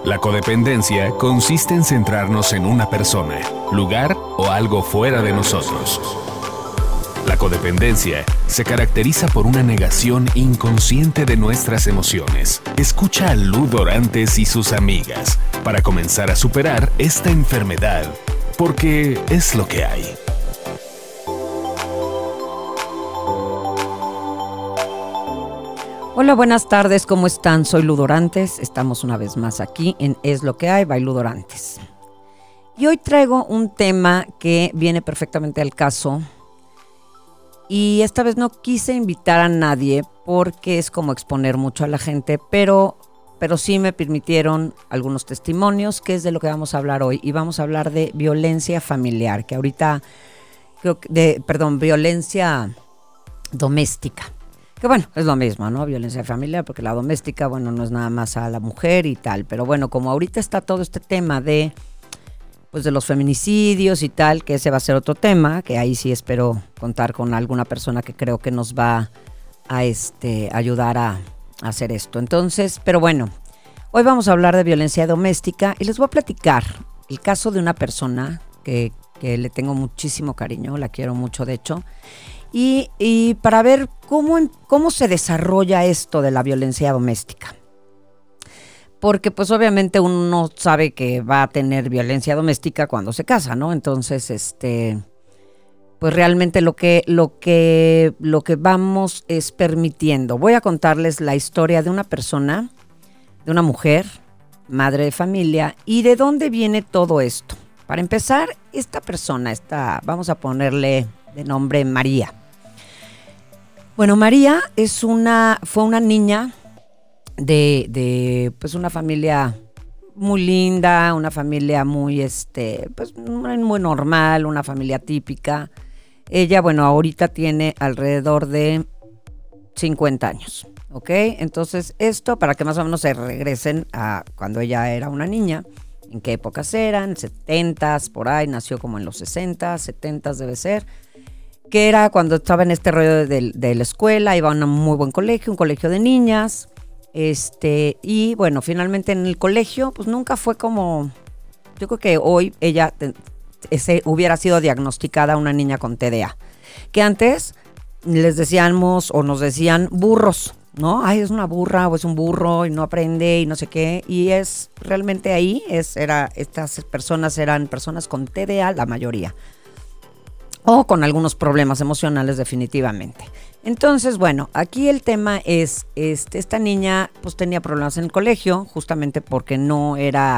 La codependencia consiste en centrarnos en una persona, lugar o algo fuera de nosotros. La codependencia se caracteriza por una negación inconsciente de nuestras emociones. Escucha a Lu Dorantes y sus amigas para comenzar a superar esta enfermedad, porque es lo que hay. Hola, buenas tardes, ¿cómo están? Soy Lu Dorantes, estamos una vez más aquí en Es lo que hay, by Lu Dorantes. Y hoy traigo un tema que viene perfectamente al caso y esta vez no quise invitar a nadie porque es como exponer mucho a la gente, pero sí me permitieron algunos testimonios, que es de lo que vamos a hablar hoy, y vamos a hablar de violencia familiar, que ahorita, violencia doméstica. Que bueno, es lo mismo, ¿no? Violencia familiar, porque la doméstica, bueno, no es nada más a la mujer y tal. Pero bueno, como ahorita está todo este tema de los feminicidios y tal, que ese va a ser otro tema, que ahí sí espero contar con alguna persona que creo que nos va a ayudar a hacer esto. Entonces, pero bueno, hoy vamos a hablar de violencia doméstica y les voy a platicar el caso de una persona que le tengo muchísimo cariño, la quiero mucho de hecho. Y para ver cómo se desarrolla esto de la violencia doméstica. Porque pues obviamente uno sabe que va a tener violencia doméstica cuando se casa, ¿no? Entonces, pues realmente lo que vamos es permitiendo. Voy a contarles la historia de una persona, de una mujer, madre de familia, y de dónde viene todo esto. Para empezar, esta persona, vamos a ponerle de nombre María. Bueno, María fue una niña de pues una familia muy linda, una familia muy muy normal, una familia típica. Ella, bueno, ahorita tiene alrededor de 50 años, ¿ok? Entonces, esto para que más o menos se regresen a cuando ella era una niña. ¿En qué épocas eran? 70s, por ahí, nació como en los 60s, 70s debe ser. Que era cuando estaba en este rollo de la escuela, iba a un muy buen colegio, un colegio de niñas, y bueno, finalmente en el colegio, pues nunca fue como, yo creo que hoy ella hubiera sido diagnosticada una niña con TDA, que antes les decíamos o nos decían burros, ¿no? Ay, es una burra o es un burro y no aprende y no sé qué, y es realmente ahí, estas personas eran personas con TDA, la mayoría. O con algunos problemas emocionales definitivamente. Entonces, bueno, aquí el tema es, esta niña pues tenía problemas en el colegio, justamente porque no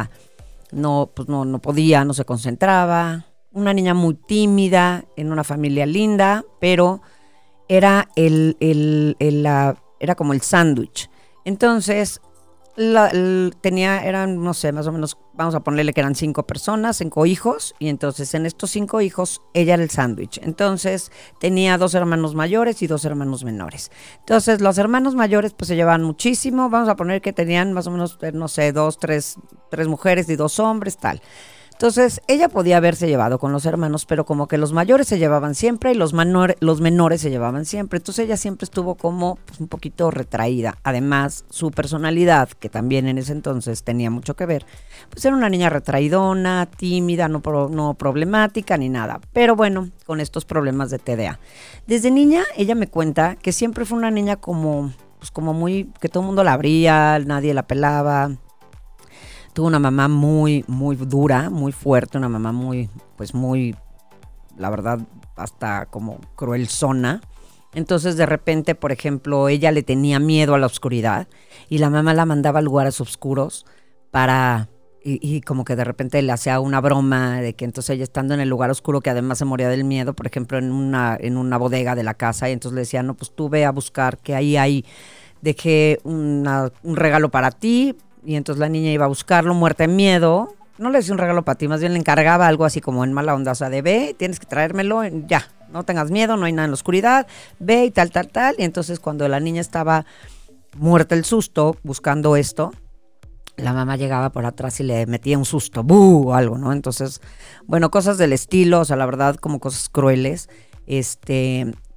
podía, no se concentraba. Una niña muy tímida, en una familia linda, pero era era como el sándwich. Entonces, eran, no sé, más o menos, vamos a ponerle que eran 5 personas, 5 hijos, y entonces en estos 5 hijos ella era el sándwich. Entonces tenía 2 hermanos mayores y 2 hermanos menores. Entonces los hermanos mayores pues se llevaban muchísimo, vamos a poner que tenían más o menos, no sé, 3 mujeres y 2 hombres, tal. Entonces ella podía haberse llevado con los hermanos, pero como que los mayores se llevaban siempre y los menores se llevaban siempre. Entonces ella siempre estuvo como pues, un poquito retraída. Además, su personalidad, que también en ese entonces tenía mucho que ver, pues era una niña retraidona, tímida, no problemática ni nada. Pero bueno, con estos problemas de TDA. Desde niña ella me cuenta que siempre fue una niña como muy, que todo el mundo la abría, nadie la pelaba. Tuvo una mamá muy, muy dura, muy fuerte, una mamá muy, la verdad, hasta como cruelzona. Entonces, de repente, por ejemplo, ella le tenía miedo a la oscuridad y la mamá la mandaba a lugares oscuros y como que de repente le hacía una broma de que entonces ella estando en el lugar oscuro, que además se moría del miedo, por ejemplo, en una bodega de la casa, y entonces le decía, no, pues tú ve a buscar que ahí dejé un regalo para ti. Y entonces la niña iba a buscarlo, muerta en miedo. No le decía un regalo para ti, más bien le encargaba algo así como en mala onda. O sea, de ve, tienes que traérmelo, ya, no tengas miedo, no hay nada en la oscuridad, ve y tal. Y entonces cuando la niña estaba muerta el susto, buscando esto, la mamá llegaba por atrás y le metía un susto, ¡bu! O algo, ¿no? Entonces, bueno, cosas del estilo, o sea, la verdad, como cosas crueles,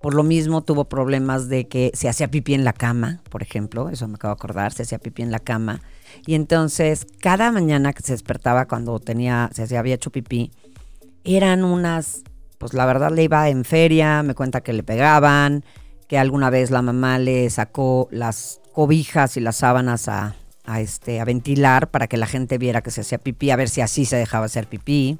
por lo mismo tuvo problemas de que se hacía pipí en la cama, por ejemplo, eso me acabo de acordar, se hacía pipí en la cama. Y entonces, cada mañana que se despertaba cuando se había hecho pipí, eran unas, pues la verdad le iba en feria, me cuenta que le pegaban, que alguna vez la mamá le sacó las cobijas y las sábanas a ventilar para que la gente viera que se hacía pipí, a ver si así se dejaba hacer pipí.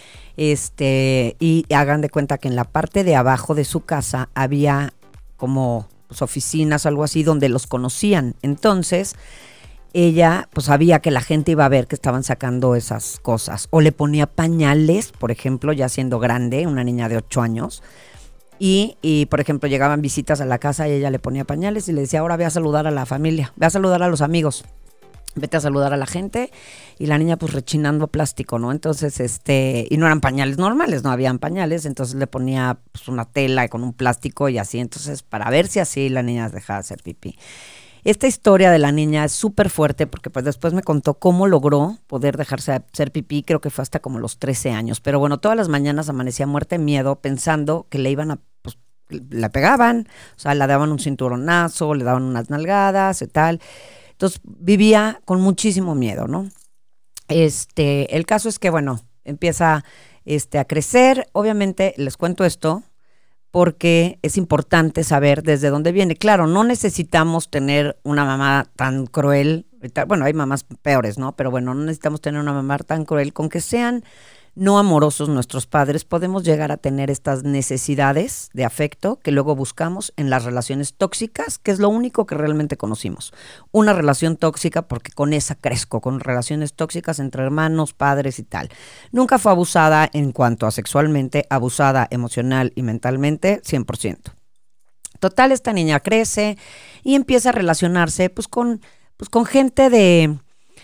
Y hagan de cuenta que en la parte de abajo de su casa había como pues, oficinas o algo así donde los conocían. Entonces ella pues sabía que la gente iba a ver que estaban sacando esas cosas. O le ponía pañales, por ejemplo, ya siendo grande, una niña de 8 años. Y por ejemplo, llegaban visitas a la casa y ella le ponía pañales y le decía, ahora ve a saludar a la familia, ve a saludar a los amigos. Vete a saludar a la gente, y la niña pues rechinando plástico, ¿no? Entonces, y no eran pañales normales, no habían pañales, entonces le ponía pues una tela con un plástico y así, entonces para ver si así la niña dejaba de hacer pipí. Esta historia de la niña es súper fuerte porque pues después me contó cómo logró poder dejarse de hacer pipí, creo que fue hasta como los 13 años, pero bueno, todas las mañanas amanecía muerta de miedo pensando que le iban a, pues la pegaban, o sea, le daban un cinturonazo, le daban unas nalgadas y tal. Entonces vivía con muchísimo miedo, ¿no? El caso es que, bueno, empieza a crecer. Obviamente les cuento esto porque es importante saber desde dónde viene. Claro, no necesitamos tener una mamá tan cruel. Bueno, hay mamás peores, ¿no? Pero bueno, no necesitamos tener una mamá tan cruel. Con que sean no amorosos nuestros padres, podemos llegar a tener estas necesidades de afecto que luego buscamos en las relaciones tóxicas, que es lo único que realmente conocimos. Una relación tóxica, porque con esa crezco, con relaciones tóxicas entre hermanos, padres y tal. Nunca fue abusada en cuanto a sexualmente, abusada emocional y mentalmente, 100%. Total, esta niña crece y empieza a relacionarse pues con gente de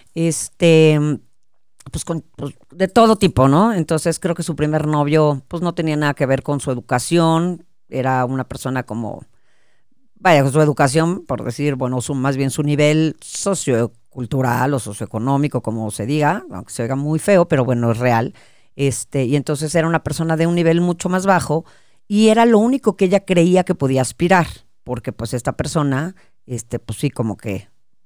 de todo tipo, ¿no? Entonces creo que su primer novio pues no tenía nada que ver con su educación, era una persona como, vaya, con su educación, por decir, bueno, más bien su nivel sociocultural o socioeconómico, como se diga, aunque se oiga muy feo, pero bueno, es real. Y entonces era una persona de un nivel mucho más bajo y era lo único que ella creía que podía aspirar, porque pues esta persona, pues sí, como que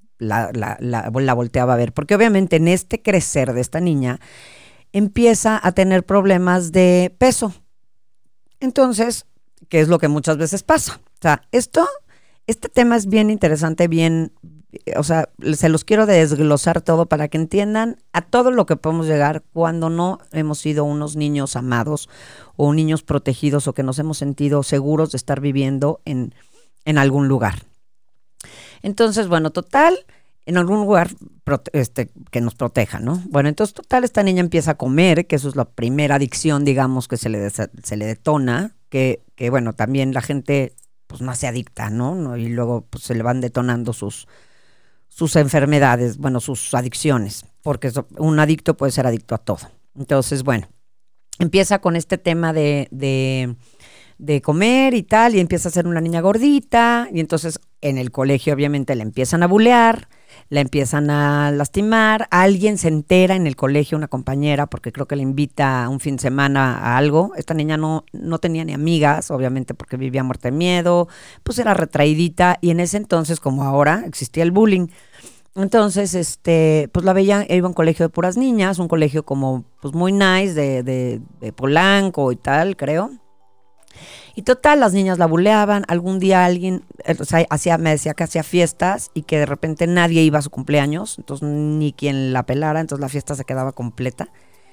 la volteaba a ver, porque obviamente en este crecer de esta niña empieza a tener problemas de peso. Entonces, ¿qué es lo que muchas veces pasa? O sea, este tema es bien interesante, o sea, se los quiero desglosar todo para que entiendan a todo lo que podemos llegar cuando no hemos sido unos niños amados o niños protegidos o que nos hemos sentido seguros de estar viviendo en algún lugar. Entonces, bueno, total, en algún lugar que nos proteja, ¿no? Bueno, entonces, total, esta niña empieza a comer, que eso es la primera adicción, digamos, que se le detona, que bueno, también la gente, pues, nace adicta, ¿no? Y luego, pues, se le van detonando sus enfermedades, bueno, sus adicciones, porque un adicto puede ser adicto a todo. Entonces, bueno, empieza con este tema de comer y tal, y empieza a ser una niña gordita, y entonces en el colegio obviamente la empiezan a bulear, la empiezan a lastimar, alguien se entera en el colegio, una compañera, porque creo que le invita un fin de semana a algo. Esta niña no tenía ni amigas, obviamente porque vivía muerta de miedo, pues era retraidita, y en ese entonces, como ahora, existía el bullying. Entonces, pues la veía, iba a un colegio de puras niñas, un colegio como pues muy nice, de Polanco y tal, creo. Y total, las niñas la buleaban. Algún día alguien, o sea, me decía que hacía fiestas y que de repente nadie iba a su cumpleaños, entonces ni quien la pelara, entonces la fiesta se quedaba completa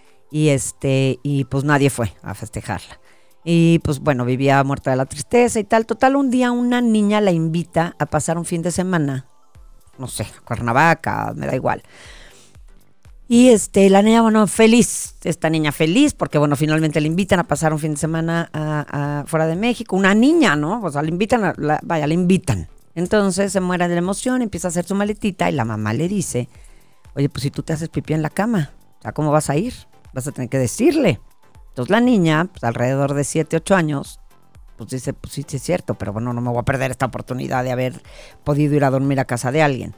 y pues nadie fue a festejarla. Y pues bueno, vivía muerta de la tristeza y tal. Total, un día una niña la invita a pasar un fin de semana, no sé, a Cuernavaca, me da igual. Y la niña, bueno, feliz, esta niña feliz, porque bueno, finalmente le invitan a pasar un fin de semana a fuera de México, una niña, ¿no? O sea, le invitan, le invitan. Entonces se muere de la emoción, empieza a hacer su maletita y la mamá le dice, oye, pues si tú te haces pipí en la cama, o sea, ¿cómo vas a ir? Vas a tener que decirle. Entonces la niña, pues alrededor de 7, 8 años, pues dice, pues sí, sí es cierto, pero bueno, no me voy a perder esta oportunidad de haber podido ir a dormir a casa de alguien.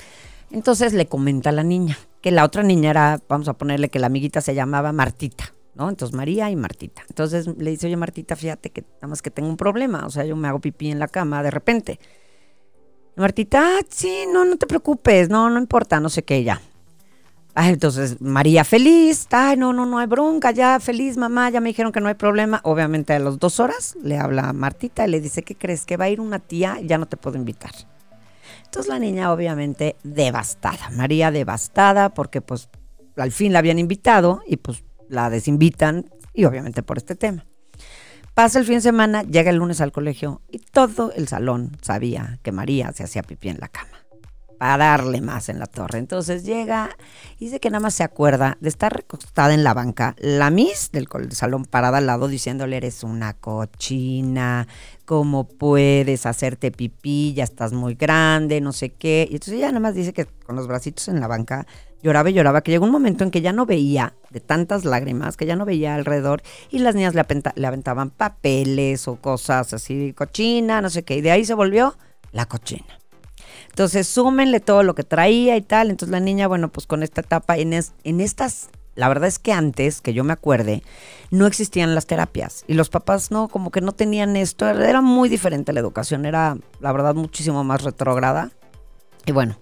Entonces le comenta a la niña, que la otra niña era, vamos a ponerle que la amiguita se llamaba Martita, ¿no? Entonces María y Martita. Entonces le dice, oye Martita, fíjate que nada más que tengo un problema, o sea, yo me hago pipí en la cama de repente. Y Martita, sí, no te preocupes, no importa, no sé qué, ya. Ay, entonces María feliz, ay, no hay bronca, ya feliz, mamá, ya me dijeron que no hay problema. Obviamente a las 2 horas le habla a Martita y le dice, ¿qué crees? Que va a ir una tía y ya no te puedo invitar. Entonces la niña obviamente devastada, María devastada porque pues al fin la habían invitado y pues la desinvitan y obviamente por este tema. Pasa el fin de semana, llega el lunes al colegio y todo el salón sabía que María se hacía pipí en la cama para darle más en la torre. Entonces llega y dice que nada más se acuerda de estar recostada en la banca, la Miss del salón parada al lado diciéndole, eres una cochina, ¿cómo puedes hacerte pipí? Ya estás muy grande, no sé qué. Y entonces ella nada más dice que con los bracitos en la banca lloraba y lloraba, que llegó un momento en que ya no veía, de tantas lágrimas, que ya no veía alrededor y las niñas le aventaban papeles o cosas así, cochina, no sé qué. Y de ahí se volvió la cochina. Entonces, súmenle todo lo que traía y tal. Entonces, la niña, bueno, pues con esta etapa, en estas, la verdad es que antes, que yo me acuerde, no existían las terapias. Y los papás no, como que no tenían esto. Era muy diferente la educación. Era, la verdad, muchísimo más retrógrada. Y bueno,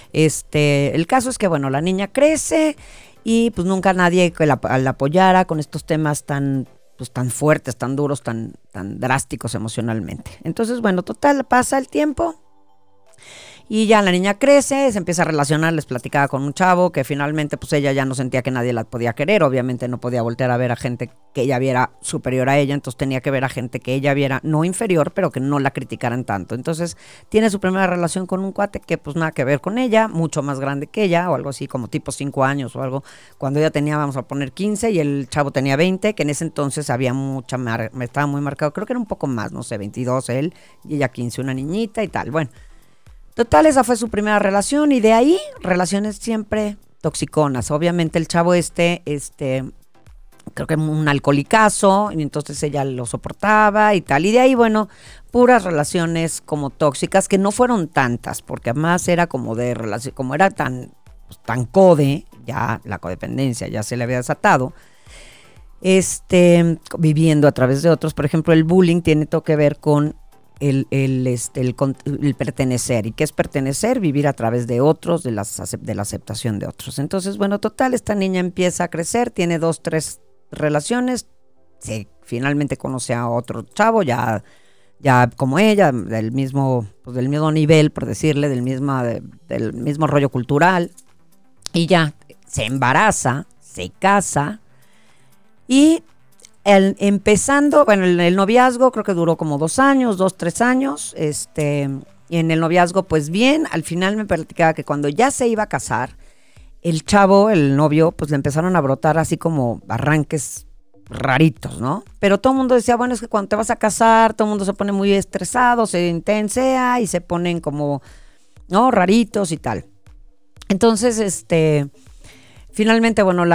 el caso es que, bueno, la niña crece y pues nunca nadie que la apoyara con estos temas tan fuertes, tan duros, tan drásticos emocionalmente. Entonces, bueno, total, pasa el tiempo. Y ya la niña crece, se empieza a relacionar, les platicaba con un chavo que finalmente pues ella ya no sentía que nadie la podía querer, obviamente no podía voltear a ver a gente que ella viera superior a ella, entonces tenía que ver a gente que ella viera no inferior, pero que no la criticaran tanto. Entonces tiene su primera relación con un cuate que pues nada que ver con ella, mucho más grande que ella o algo así, como tipo 5 años o algo, cuando ella tenía, vamos a poner 15 y el chavo tenía 20, que en ese entonces había estaba muy marcado, creo que era un poco más, no sé, 22 él y ella 15, una niñita y tal, bueno. Total, esa fue su primera relación y de ahí relaciones siempre toxiconas. Obviamente el chavo creo que un alcoholicazo y entonces ella lo soportaba y tal. Y de ahí, bueno, puras relaciones como tóxicas que no fueron tantas porque además era como de relación, como era tan code, ya la codependencia ya se le había desatado. Viviendo a través de otros, por ejemplo, el bullying tiene todo que ver con el pertenecer. ¿Y qué es pertenecer? Vivir a través de otros, de la aceptación de otros. Entonces, bueno, total, esta niña empieza a crecer, tiene 2, 3 relaciones, finalmente conoce a otro chavo, ya como ella, del mismo nivel, por decirle, del mismo rollo cultural, y ya se embaraza, se casa, y empezando, bueno, el noviazgo creo que duró como 2 años, 2, 3 años, y en el noviazgo pues bien, al final me platicaba que cuando ya se iba a casar, el chavo, el novio, pues le empezaron a brotar así como arranques raritos, ¿no? Pero todo el mundo decía, bueno, es que cuando te vas a casar, todo el mundo se pone muy estresado, se intensea y se ponen como, ¿no? Raritos y tal. Entonces, finalmente, bueno,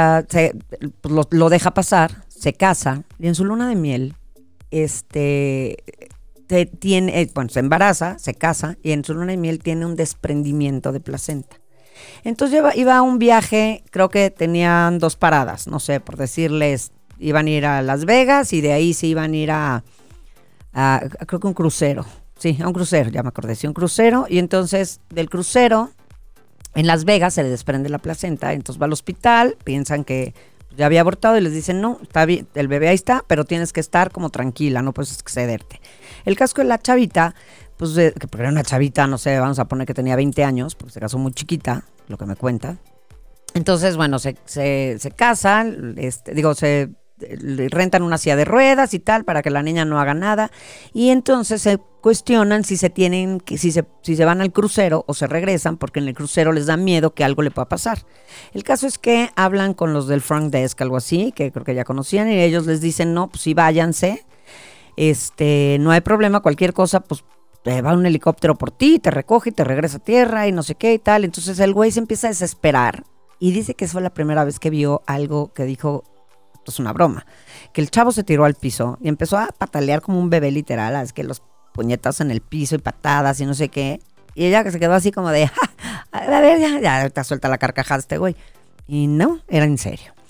lo deja pasar, se casa y en su luna de miel, se embaraza, se casa y en su luna de miel tiene un desprendimiento de placenta. Entonces iba a un viaje, creo que tenían 2 paradas, no sé, por decirles, iban a ir a Las Vegas y de ahí se iban a ir a creo que un crucero, sí, a un crucero, ya me acordé, sí, un crucero, y entonces del crucero en Las Vegas se le desprende la placenta, entonces va al hospital, piensan que ya había abortado y les dicen, no, está bien, el bebé ahí está, pero tienes que estar como tranquila, no puedes excederte. El caso de la chavita, pues, porque era una chavita, no sé, vamos a poner que tenía 20 años, porque se casó muy chiquita, lo que me cuenta. Entonces, bueno, se casan, se rentan una silla de ruedas y tal, para que la niña no haga nada, y entonces se cuestionan si se van al crucero o se regresan, porque en el crucero les da miedo que algo le pueda pasar. El caso es que hablan con los del front desk, algo así, que creo que ya conocían, y ellos les dicen, no, pues sí, váyanse, no hay problema, cualquier cosa, pues va un helicóptero por ti, te recoge y te regresa a tierra y no sé qué y tal. Entonces el güey se empieza a desesperar y dice que fue la primera vez que vio algo que dijo, esto es una broma, que el chavo se tiró al piso y empezó a patalear como un bebé literal, es que los puñetazos en el piso y patadas y no sé qué, y ella que se quedó así como de, a ver, ya te suelta la carcajada este güey, y no, era en serio.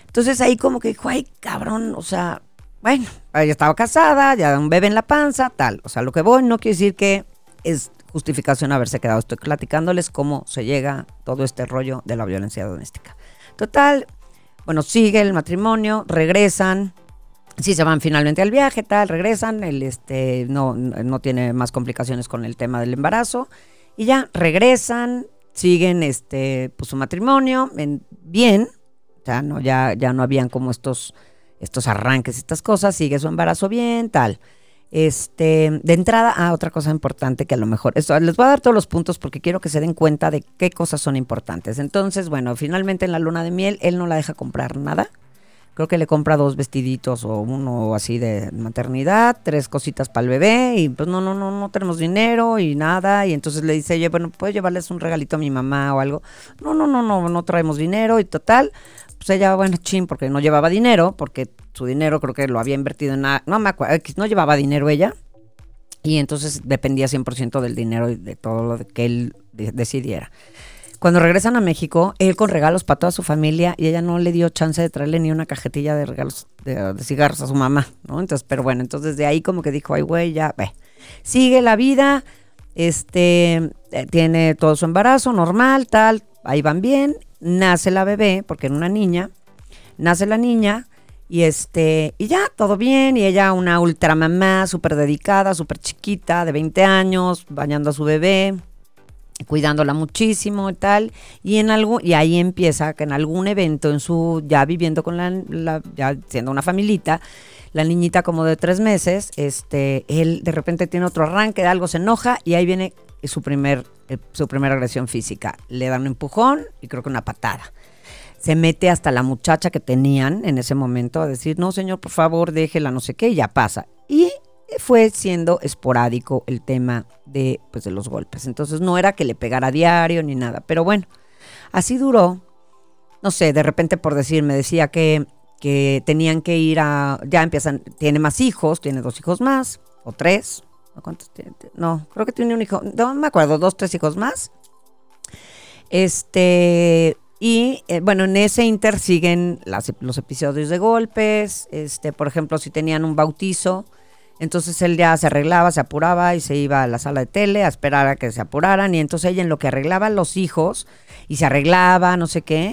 Entonces ahí como que dijo, ay, cabrón, o sea, bueno, ella estaba casada, ya un bebé en la panza, tal. O sea, lo que voy no quiere decir que es justificación haberse quedado. Estoy platicándoles cómo se llega todo este rollo de la violencia doméstica. Total, bueno, sigue el matrimonio, regresan, sí se van finalmente al viaje, tal, regresan, no tiene más complicaciones con el tema del embarazo, y ya regresan, siguen pues su matrimonio, bien, o sea, no, ya no habían como estos arranques, estas cosas, sigue su embarazo bien, tal. De entrada, otra cosa importante que a lo mejor, esto, les voy a dar todos los puntos porque quiero que se den cuenta de qué cosas son importantes. Entonces, bueno, finalmente en la luna de miel, él no la deja comprar nada. Creo que le compra 2 vestiditos o uno así de maternidad, 3 cositas para el bebé y pues no tenemos dinero y nada. Y entonces le dice, oye, bueno, ¿puedes llevarles un regalito a mi mamá o algo? No traemos dinero y total. Pues ella, bueno, porque no llevaba dinero, porque su dinero creo que lo había invertido en nada, no me acuerdo, no llevaba dinero ella, y entonces dependía 100% del dinero y de todo lo que él decidiera. Cuando regresan a México, él con regalos para toda su familia, y ella no le dio chance de traerle ni una cajetilla de regalos de cigarros a su mamá, ¿no? Entonces, pero bueno, entonces de ahí como que dijo, ay güey, ya, ve. Sigue la vida, tiene todo su embarazo normal, tal, ahí van bien. Nace la bebé, porque era una niña, nace la niña y ya, todo bien, y ella una ultramamá súper dedicada, súper chiquita, de 20 años, bañando a su bebé, cuidándola muchísimo y tal, y ahí empieza que en algún evento, ya viviendo con ya siendo una familita, la niñita como de 3 meses, él de repente tiene otro arranque, de algo se enoja, y ahí viene su primera agresión física. Le dan un empujón y creo que una patada. Se mete hasta la muchacha que tenían en ese momento a decir, no señor, por favor, déjela, no sé qué, y ya pasa. Y fue siendo esporádico el tema de los golpes. Entonces no era que le pegara a diario ni nada, pero bueno, así duró. No sé, de repente por decir, me decía que tenían que ir tiene más hijos, tiene 2 hijos más, o 3. ¿Cuántos tiene? No, creo que tiene un hijo, no me acuerdo, 2, 3 hijos más. Bueno, en ese inter siguen los episodios de golpes. Por ejemplo, si tenían un bautizo, entonces él ya se arreglaba, se apuraba y se iba a la sala de tele a esperar a que se apuraran, y entonces ella en lo que arreglaba los hijos y se arreglaba, no sé qué,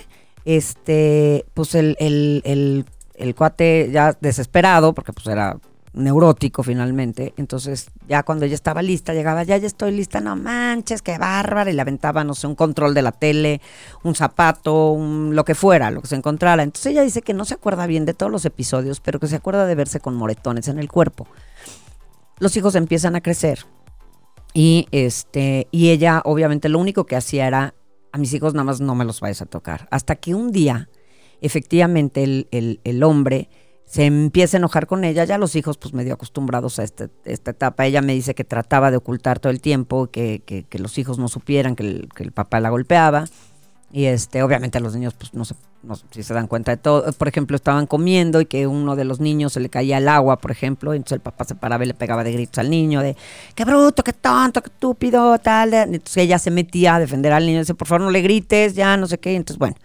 pues el cuate ya desesperado, porque pues era neurótico finalmente, entonces ya cuando ella estaba lista, llegaba, ya estoy lista, no manches, qué bárbara, y le aventaba, no sé, un control de la tele, un zapato, lo que fuera, lo que se encontrara. Entonces ella dice que no se acuerda bien de todos los episodios, pero que se acuerda de verse con moretones en el cuerpo. Los hijos empiezan a crecer y ella obviamente lo único que hacía era, a mis hijos nada más no me los vayas a tocar, hasta que un día efectivamente el hombre se empieza a enojar con ella. Ya los hijos pues medio acostumbrados a esta etapa. Ella me dice que trataba de ocultar todo el tiempo, que los hijos no supieran que el papá la golpeaba, y obviamente los niños pues no si se dan cuenta de todo. Por ejemplo, estaban comiendo y que uno de los niños se le caía el agua, por ejemplo, y entonces el papá se paraba y le pegaba de gritos al niño de qué bruto, qué tonto, qué estúpido, tal. Entonces ella se metía a defender al niño y dice, por favor no le grites, ya no sé qué. Entonces bueno,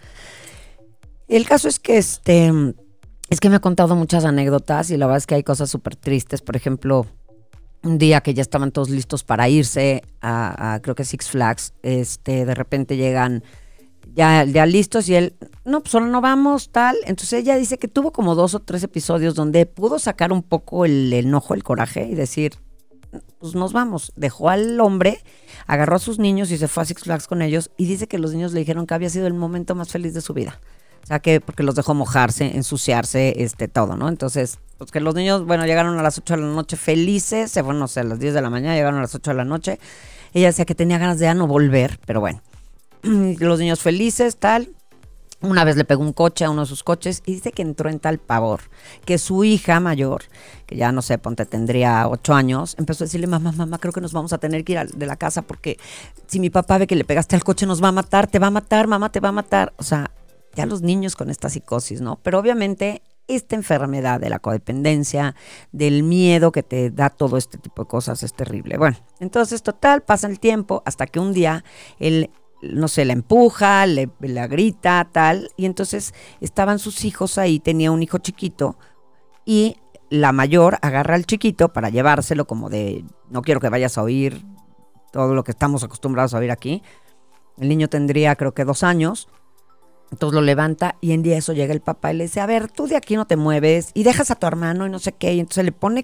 el caso es que es que me ha contado muchas anécdotas y la verdad es que hay cosas súper tristes. Por ejemplo, un día que ya estaban todos listos para irse a creo que Six Flags, de repente llegan ya listos y él, no, pues solo no vamos, tal. Entonces ella dice que tuvo como 2 o 3 episodios donde pudo sacar un poco el enojo, el coraje y decir, pues nos vamos. Dejó al hombre, agarró a sus niños y se fue a Six Flags con ellos, y dice que los niños le dijeron que había sido el momento más feliz de su vida. O sea, que porque los dejó mojarse, ensuciarse, todo, ¿no? Entonces, pues que los niños, bueno, llegaron a las 8 de la noche felices, se fueron, no sé, a las 10 de la mañana, llegaron a las 8 de la noche. Ella decía que tenía ganas de ya no volver, pero bueno. Los niños felices, tal. Una vez le pegó un coche a uno de sus coches y dice que entró en tal pavor que su hija mayor, que ya no sé, ponte, tendría 8 años, empezó a decirle, mamá, creo que nos vamos a tener que ir de la casa porque si mi papá ve que le pegaste al coche nos va a matar, te va a matar, mamá, te va a matar. O sea, ya los niños con esta psicosis, ¿no? Pero obviamente esta enfermedad de la codependencia, del miedo que te da todo este tipo de cosas es terrible. Bueno, entonces total, pasa el tiempo hasta que un día él no sé, la empuja, la grita, tal, y entonces estaban sus hijos ahí, tenía un hijo chiquito, y la mayor agarra al chiquito para llevárselo como de, no quiero que vayas a oír todo lo que estamos acostumbrados a oír aquí. El niño tendría creo que 2 años, entonces lo levanta y en día eso llega el papá y le dice, a ver, tú de aquí no te mueves y dejas a tu hermano y no sé qué, y entonces le pone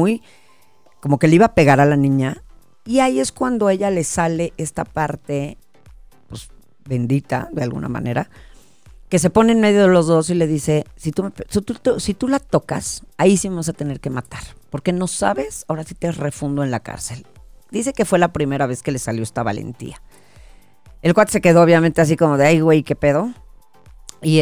como que le iba a pegar a la niña, y ahí es cuando a ella le sale esta parte, pues bendita de alguna manera, que se pone en medio de los dos y le dice, si tú la tocas, ahí sí me vas a tener que matar, porque no sabes, ahora sí te refundo en la cárcel. Dice que fue la primera vez que le salió esta valentía. El cuate se quedó obviamente así como de, ay güey, ¿qué pedo? Y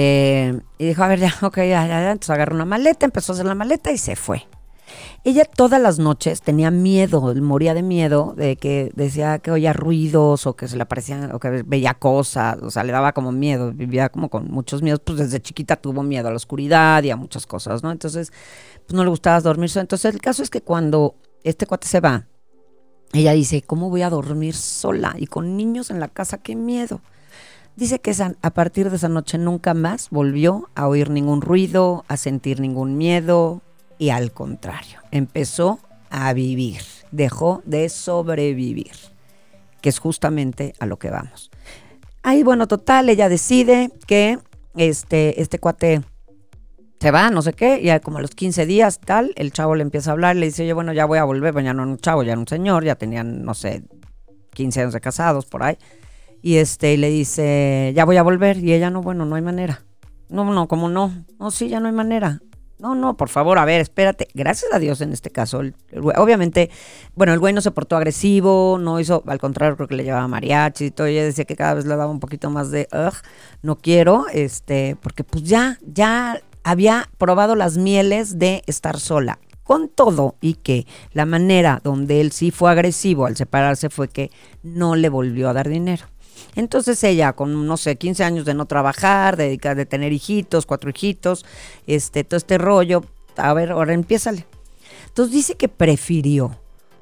y dijo, a ver, ya, ok, ya. Entonces agarró una maleta, empezó a hacer la maleta y se fue. Ella todas las noches tenía miedo, moría de miedo, de que decía que oía ruidos o que se le aparecían, o que veía cosas, o sea, le daba como miedo, vivía como con muchos miedos, pues desde chiquita tuvo miedo a la oscuridad y a muchas cosas, ¿no? Entonces, pues no le gustaba dormir sola. Entonces, el caso es que cuando este cuate se va, ella dice, ¿cómo voy a dormir sola? Y con niños en la casa, qué miedo. Dice que a partir de esa noche nunca más volvió a oír ningún ruido, a sentir ningún miedo, y al contrario, empezó a vivir, dejó de sobrevivir, que es justamente a lo que vamos. Ahí, bueno, total, ella decide que este cuate se va, no sé qué, y como a los 15 días, tal, el chavo le empieza a hablar, le dice, oye, bueno, ya voy a volver, pues ya no era un chavo, ya era un señor, ya tenían, no sé, 15 años de casados, por ahí, y le dice, ya voy a volver, y ella, no, bueno, no hay manera. No, ¿cómo no? No, sí, ya no hay manera. No, por favor, a ver, espérate. Gracias a Dios en este caso. Obviamente, bueno, el güey no se portó agresivo, no hizo, al contrario, creo que le llevaba mariachi y todo. Ella decía que cada vez le daba un poquito más de, no quiero, porque pues ya había probado las mieles de estar sola. Con todo, y que la manera donde él sí fue agresivo al separarse fue que no le volvió a dar dinero. Entonces ella, con, no sé, 15 años de no trabajar, de tener hijitos, 4 hijitos, todo este rollo, a ver, ahora empiézale. Entonces dice que prefirió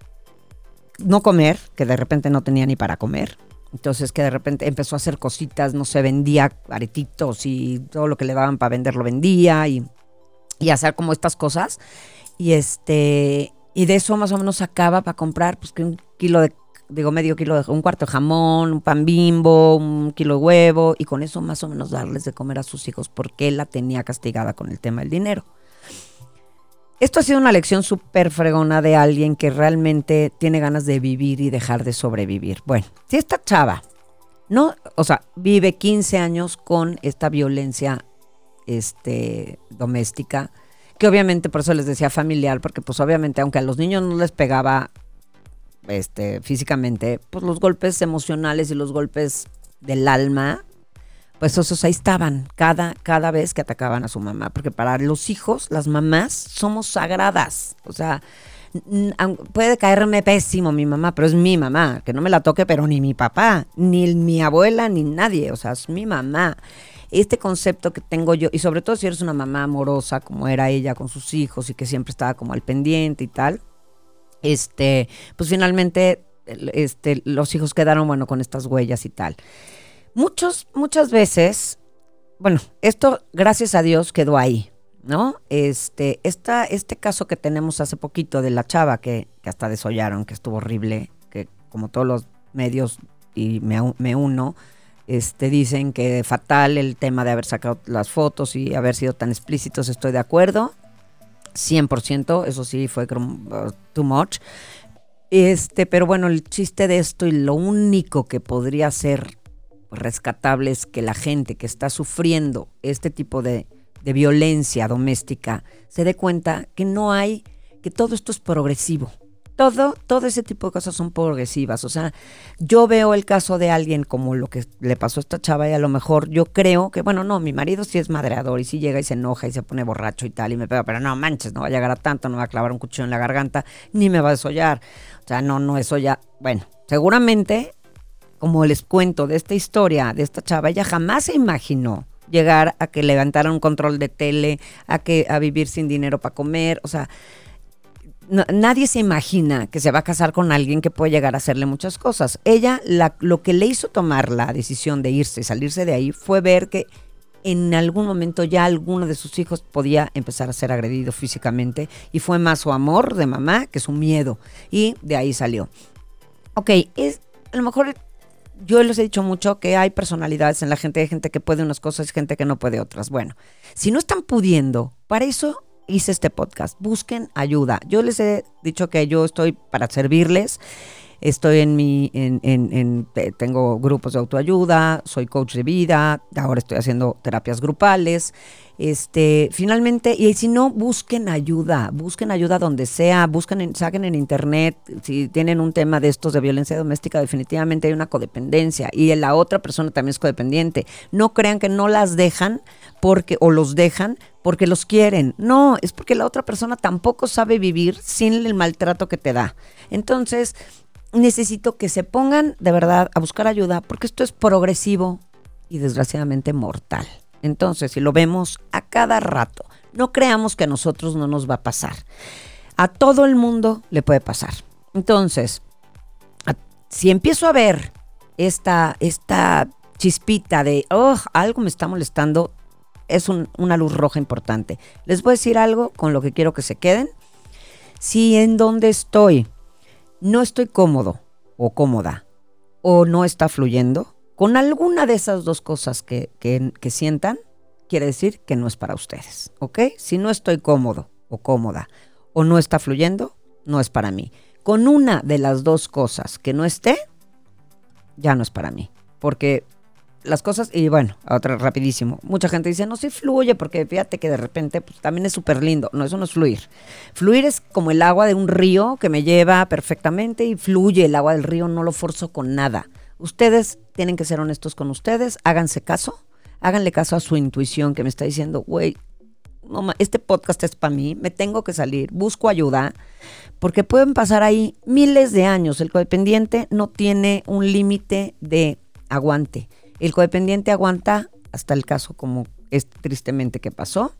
no comer, que de repente no tenía ni para comer. Entonces que de repente empezó a hacer cositas, no sé, vendía aretitos y todo lo que le daban para vender lo vendía y hacer como estas cosas. Y y de eso más o menos sacaba para comprar pues que medio kilo un cuarto de jamón, un pan Bimbo, 1 kilo de huevo, y con eso más o menos darles de comer a sus hijos, porque él la tenía castigada con el tema del dinero. Esto ha sido una lección súper fregona de alguien que realmente tiene ganas de vivir y dejar de sobrevivir. Bueno, si esta chava, vive 15 años con esta violencia doméstica, que obviamente por eso les decía familiar, porque pues obviamente aunque a los niños no les pegaba físicamente, pues los golpes emocionales y los golpes del alma, pues esos ahí estaban cada vez que atacaban a su mamá, porque para los hijos, las mamás somos sagradas, o sea, puede caerme pésimo mi mamá, pero es mi mamá, que no me la toque, pero ni mi papá, ni mi abuela, ni nadie, o sea, es mi mamá. Este concepto que tengo yo, y sobre todo si eres una mamá amorosa, como era ella con sus hijos y que siempre estaba como al pendiente y tal, pues finalmente los hijos quedaron, bueno, con estas huellas y tal. Muchas veces, bueno, esto gracias a Dios quedó ahí, ¿no? Este caso que tenemos hace poquito de la chava que hasta desollaron, que estuvo horrible, que como todos los medios, y me uno, dicen que fatal el tema de haber sacado las fotos y haber sido tan explícitos, estoy de acuerdo. 100%, eso sí fue too much. Pero bueno, el chiste de esto y lo único que podría ser rescatable es que la gente que está sufriendo este tipo de violencia doméstica se dé cuenta que todo esto es progresivo. Todo ese tipo de cosas son progresivas. O sea, yo veo el caso de alguien como lo que le pasó a esta chava y a lo mejor yo creo que, bueno, no, mi marido sí es madreador y sí llega y se enoja y se pone borracho y tal y me pega, pero no manches, no va a llegar a tanto, no va a clavar un cuchillo en la garganta ni me va a desollar. O sea, no, eso ya, bueno, seguramente, como les cuento de esta historia de esta chava, ella jamás se imaginó llegar a que levantaran un control de tele, a vivir sin dinero para comer, o sea, nadie se imagina que se va a casar con alguien que puede llegar a hacerle muchas cosas. Ella, lo que le hizo tomar la decisión de irse y salirse de ahí fue ver que en algún momento ya alguno de sus hijos podía empezar a ser agredido físicamente y fue más su amor de mamá que su miedo. Y de ahí salió. Ok, a lo mejor yo les he dicho mucho que hay personalidades en la gente, hay gente que puede unas cosas y gente que no puede otras. Bueno, si no están pudiendo, para eso hice este podcast. Busquen ayuda. Yo les he dicho que yo estoy para servirles. Estoy tengo grupos de autoayuda, soy coach de vida, ahora estoy haciendo terapias grupales. Finalmente, y si no, busquen ayuda donde sea, saquen en internet, si tienen un tema de estos de violencia doméstica, definitivamente hay una codependencia y la otra persona también es codependiente. No crean que no las dejan o los dejan porque los quieren. No, es porque la otra persona tampoco sabe vivir sin el maltrato que te da. Entonces, necesito que se pongan de verdad a buscar ayuda porque esto es progresivo y desgraciadamente mortal. Entonces, si lo vemos a cada rato, no creamos que a nosotros no nos va a pasar. A todo el mundo le puede pasar. Entonces, si empiezo a ver esta chispita de, algo me está molestando, es una luz roja importante. Les voy a decir algo con lo que quiero que se queden. Si en donde estoy no estoy cómodo o cómoda o no está fluyendo, con alguna de esas dos cosas que sientan, quiere decir que no es para ustedes, ¿ok? Si no estoy cómodo o cómoda o no está fluyendo, no es para mí. Con una de las dos cosas que no esté, ya no es para mí. Porque las cosas, y bueno, otra rapidísimo, mucha gente dice, no, sí fluye, porque fíjate que de repente pues, también es súper lindo. No, eso no es fluir. Fluir es como el agua de un río que me lleva perfectamente y fluye. El agua del río no lo forzo con nada. Ustedes tienen que ser honestos con ustedes, háganle caso a su intuición que me está diciendo, güey, no, este podcast es para mí, me tengo que salir, busco ayuda, porque pueden pasar ahí miles de años. El codependiente no tiene un límite de aguante. El codependiente aguanta hasta el caso como es tristemente que pasó,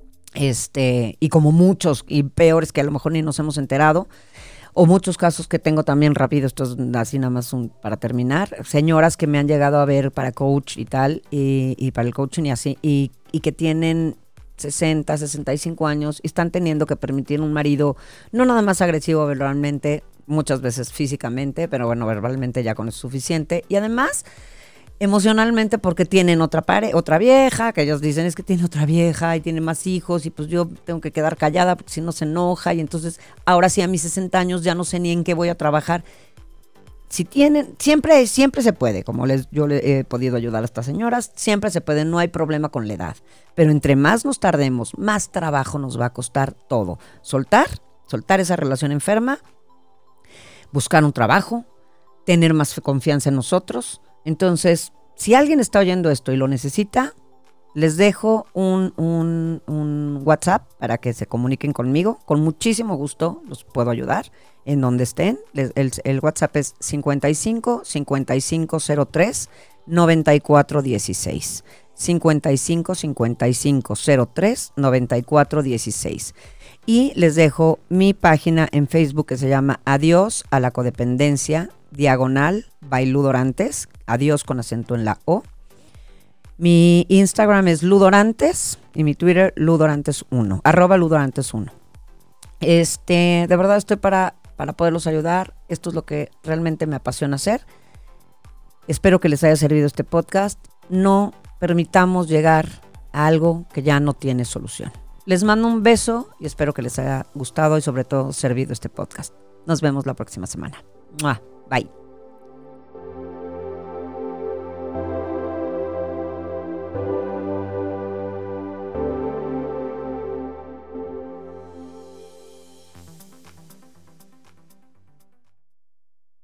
y como muchos y peores que a lo mejor ni nos hemos enterado, o muchos casos que tengo también rápido, esto es así nada más para terminar, señoras que me han llegado a ver para coach y tal, y para el coaching y así, y que tienen 60, 65 años y están teniendo que permitir un marido no nada más agresivo verbalmente, muchas veces físicamente, pero bueno, verbalmente ya con eso es suficiente, y además emocionalmente porque tienen otra vieja, que ellos dicen es que tiene otra vieja y tiene más hijos y pues yo tengo que quedar callada porque si no se enoja y entonces ahora sí a mis 60 años ya no sé ni en qué voy a trabajar. Si tienen, siempre se puede, como yo le he podido ayudar a estas señoras, siempre se puede, no hay problema con la edad. Pero entre más nos tardemos, más trabajo nos va a costar todo. Soltar esa relación enferma, buscar un trabajo, tener más confianza en nosotros. Entonces, si alguien está oyendo esto y lo necesita, les dejo un WhatsApp para que se comuniquen conmigo. Con muchísimo gusto los puedo ayudar en donde estén. El WhatsApp es 55 5503 9416. 55 5503 9416. Y les dejo mi página en Facebook que se llama Adiós a la Codependencia, / Ludorantes, adiós con acento en la O. Mi Instagram es Ludorantes y mi Twitter Ludorantes1, @Ludorantes1. De verdad estoy para poderlos ayudar. Esto es lo que realmente me apasiona hacer. Espero que les haya servido este podcast. No permitamos llegar a algo que ya no tiene solución. Les mando un beso y espero que les haya gustado y sobre todo servido este podcast. Nos vemos la próxima semana. ¡Mua! Bye.